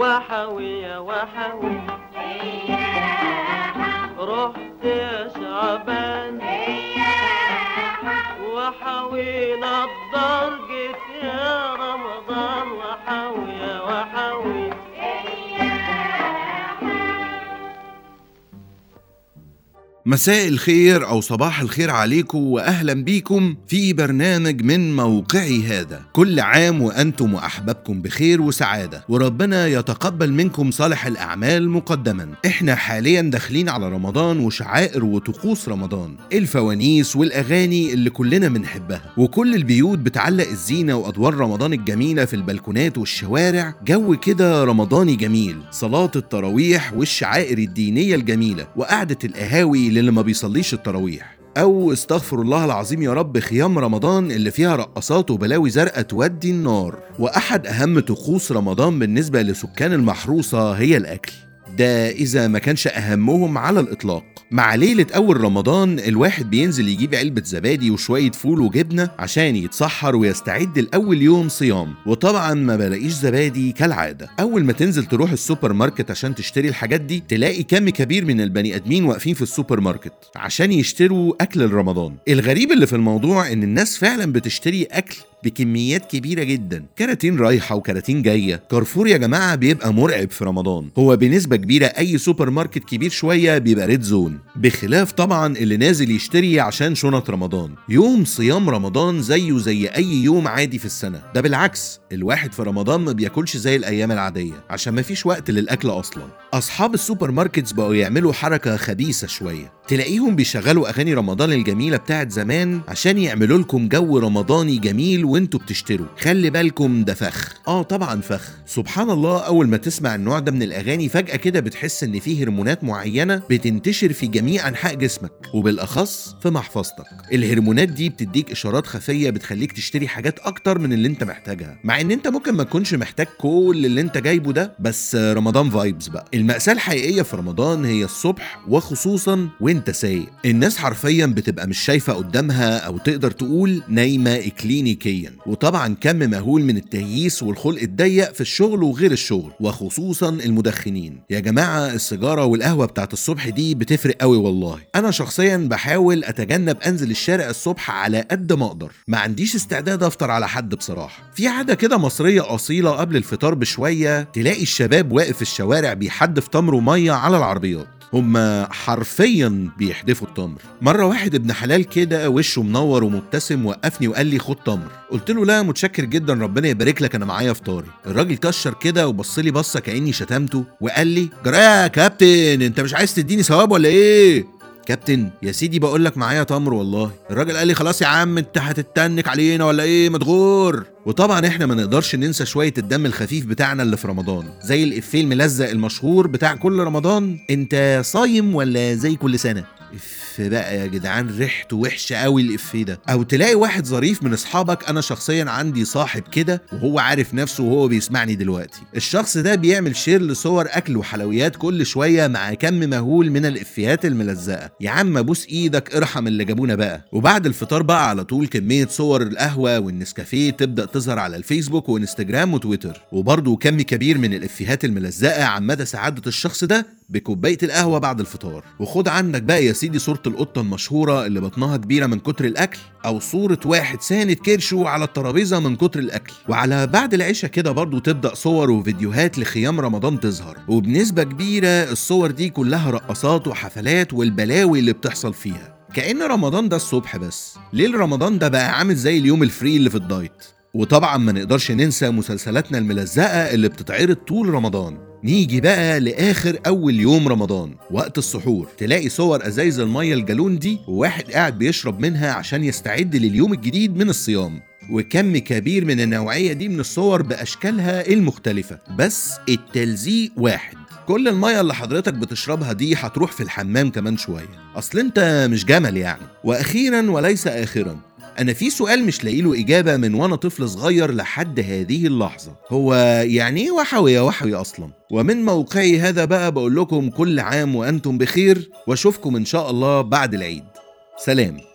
وحوي يا وحوي رحت يا شعبان وحوي نضر جيت يا رمضان وحوي يا وحوي. مساء الخير أو صباح الخير عليكم وأهلا بيكم في برنامج من موقعي هذا. كل عام وأنتم وأحبابكم بخير وسعادة، وربنا يتقبل منكم صالح الأعمال مقدما. إحنا حاليا داخلين على رمضان وشعائر وطقوس رمضان، الفوانيس والأغاني اللي كلنا بنحبها، وكل البيوت بتعلق الزينة وأدوار رمضان الجميلة في البلكونات والشوارع. جو كده رمضاني جميل، صلاة التراويح والشعائر الدينية الجميلة، وقعدة القهاوي اللي ما بيصليش التراويح، أو استغفر الله العظيم يا رب خيام رمضان اللي فيها رقصات وبلاوي زرقاء تودي النار. وأحد أهم طقوس رمضان بالنسبة لسكان المحروسة هي الأكل، ده إذا ما كانش أهمهم على الإطلاق. مع ليلة أول رمضان الواحد بينزل يجيب علبة زبادي وشوية فول وجبنة عشان يتسحر ويستعد لأول يوم صيام. وطبعا ما بلاقيش زبادي كالعادة. أول ما تنزل تروح السوبر ماركت عشان تشتري الحاجات دي تلاقي كم كبير من البني آدمين واقفين في السوبر ماركت عشان يشتروا أكل رمضان. الغريب اللي في الموضوع إن الناس فعلا بتشتري أكل بكميات كبيرة جدا، كراتين رايحة وكراتين جاية. كارفور يا جماعة بيبقى مرعب في رمضان، هو بنسبة كبيرة أي سوبر ماركت كبير شوية بيبقى ريد زون، بخلاف طبعا اللي نازل يشتري عشان شنط رمضان. يوم صيام رمضان زيه زي أي يوم عادي في السنة، ده بالعكس الواحد في رمضان ما بياكلش زي الأيام العادية عشان ما فيش وقت للأكل أصلا. أصحاب السوبر ماركتس بقوا يعملوا حركة خبيثة شوية، تلاقيهم بيشغلوا أغاني رمضان الجميلة بتاعت زمان عشان يعملوا لكم جو رمضاني جميل وانتوا بتشتروا. خلي بالكم ده فخ، طبعا فخ. سبحان الله، أول ما تسمع النوع ده من الأغاني فجأة كده بتحس إن فيه هرمونات معينة بتنتشر في جميع أنحاء جسمك وبالأخص في محفظتك. الهرمونات دي بتديك إشارات خفية بتخليك تشتري حاجات أكتر من اللي انت محتاجها، مع إن انت ممكن ما تكونش محتاج كل اللي انت جايبه ده، بس رمضان فايبز بقى. المأساة الحقيقية في رمضان هي الصبح، وخصوصا وانت سايق. الناس حرفيا بتبقى مش شايفة قدامها، أو تقدر تقول نايمة إكلينيكيا. وطبعا كم مهول من التهييس والخلق الضيق في الشغل وغير الشغل، وخصوصا المدخنين. يا جماعة السيجارة والقهوة بتاعت الصبح دي بتفرق قوي والله. أنا شخصيا بحاول أتجنب أنزل الشارع الصبح على قد ما أقدر، ما عنديش استعداد أفطر على حد بصراحة. في عادة كده مصرية أصيلة، قبل الفطار بشوية تلاقي الشباب واقف في الشوارع بيحدف تمر ومية على العربيات. هما حرفيا بيحدفوا التمر. مرة واحد ابن حلال كده وشه منور ومبتسم وقفني وقال لي خد تمر. قلت له لا متشكر جدا ربنا يبارك لك انا معايا فطاري. الراجل كشر كده وبص لي بصه كاني شتمته وقال لي جرايه يا كابتن، انت مش عايز تديني ثواب ولا ايه؟ كابتن يا سيدي بقول لك معايا تمر والله. الراجل قال لي خلاص يا عم انت هتتنك علينا ولا ايه متغور. وطبعا احنا ما نقدرش ننسى شويه الدم الخفيف بتاعنا اللي في رمضان، زي الافيه الملزق المشهور بتاع كل رمضان، انت صايم ولا زي كل سنه؟ بقى يا جدعان ريحته وحشه قوي الافيه ده. او تلاقي واحد ظريف من اصحابك، انا شخصيا عندي صاحب كده وهو عارف نفسه وهو بيسمعني دلوقتي، الشخص ده بيعمل شير لصور اكل وحلويات كل شويه مع كم مهول من الافيهات الملزقه. يا عم ابوس ايدك ارحم اللي جابونا بقى. وبعد الفطار بقى على طول كميه صور القهوه والنسكافيه تبدا تظهر على الفيسبوك وانستجرام وتويتر، وبرضه كم كبير من الافيهات الملزقه عن مدى سعاده الشخص ده بكوبايه القهوه بعد الفطار. وخد عندك بقى يا سيدي صورة القطة المشهورة اللي بطنها كبيرة من كتر الأكل، أو صورة واحد ساند كرشه على الترابيزة من كتر الأكل. وعلى بعد العشاء كده برضو تبدأ صور وفيديوهات لخيام رمضان تظهر، وبنسبة كبيرة الصور دي كلها رقصات وحفلات والبلاوي اللي بتحصل فيها، كأن رمضان ده الصبح بس. ليل رمضان ده بقى عامل زي اليوم الفري اللي في الدايت. وطبعا ما نقدرش ننسى مسلسلاتنا الملزقة اللي بتتعرض طول رمضان. نيجي بقى لآخر أول يوم رمضان وقت السحور، تلاقي صور أزايز المية الجالون دي وواحد قاعد بيشرب منها عشان يستعد لليوم الجديد من الصيام، وكم كبير من النوعية دي من الصور بأشكالها المختلفة، بس التلزيق واحد. كل المية اللي حضرتك بتشربها دي هتروح في الحمام كمان شوية، أصل أنت مش جمل يعني. وأخيرا وليس آخرا، أنا في سؤال مش لاقيله إجابة من وأنا طفل صغير لحد هذه اللحظة، هو يعني إيه وحوي يا وحوي أصلا؟ ومن موقعي هذا بقى بقول لكم كل عام وأنتم بخير، وأشوفكم إن شاء الله بعد العيد. سلام.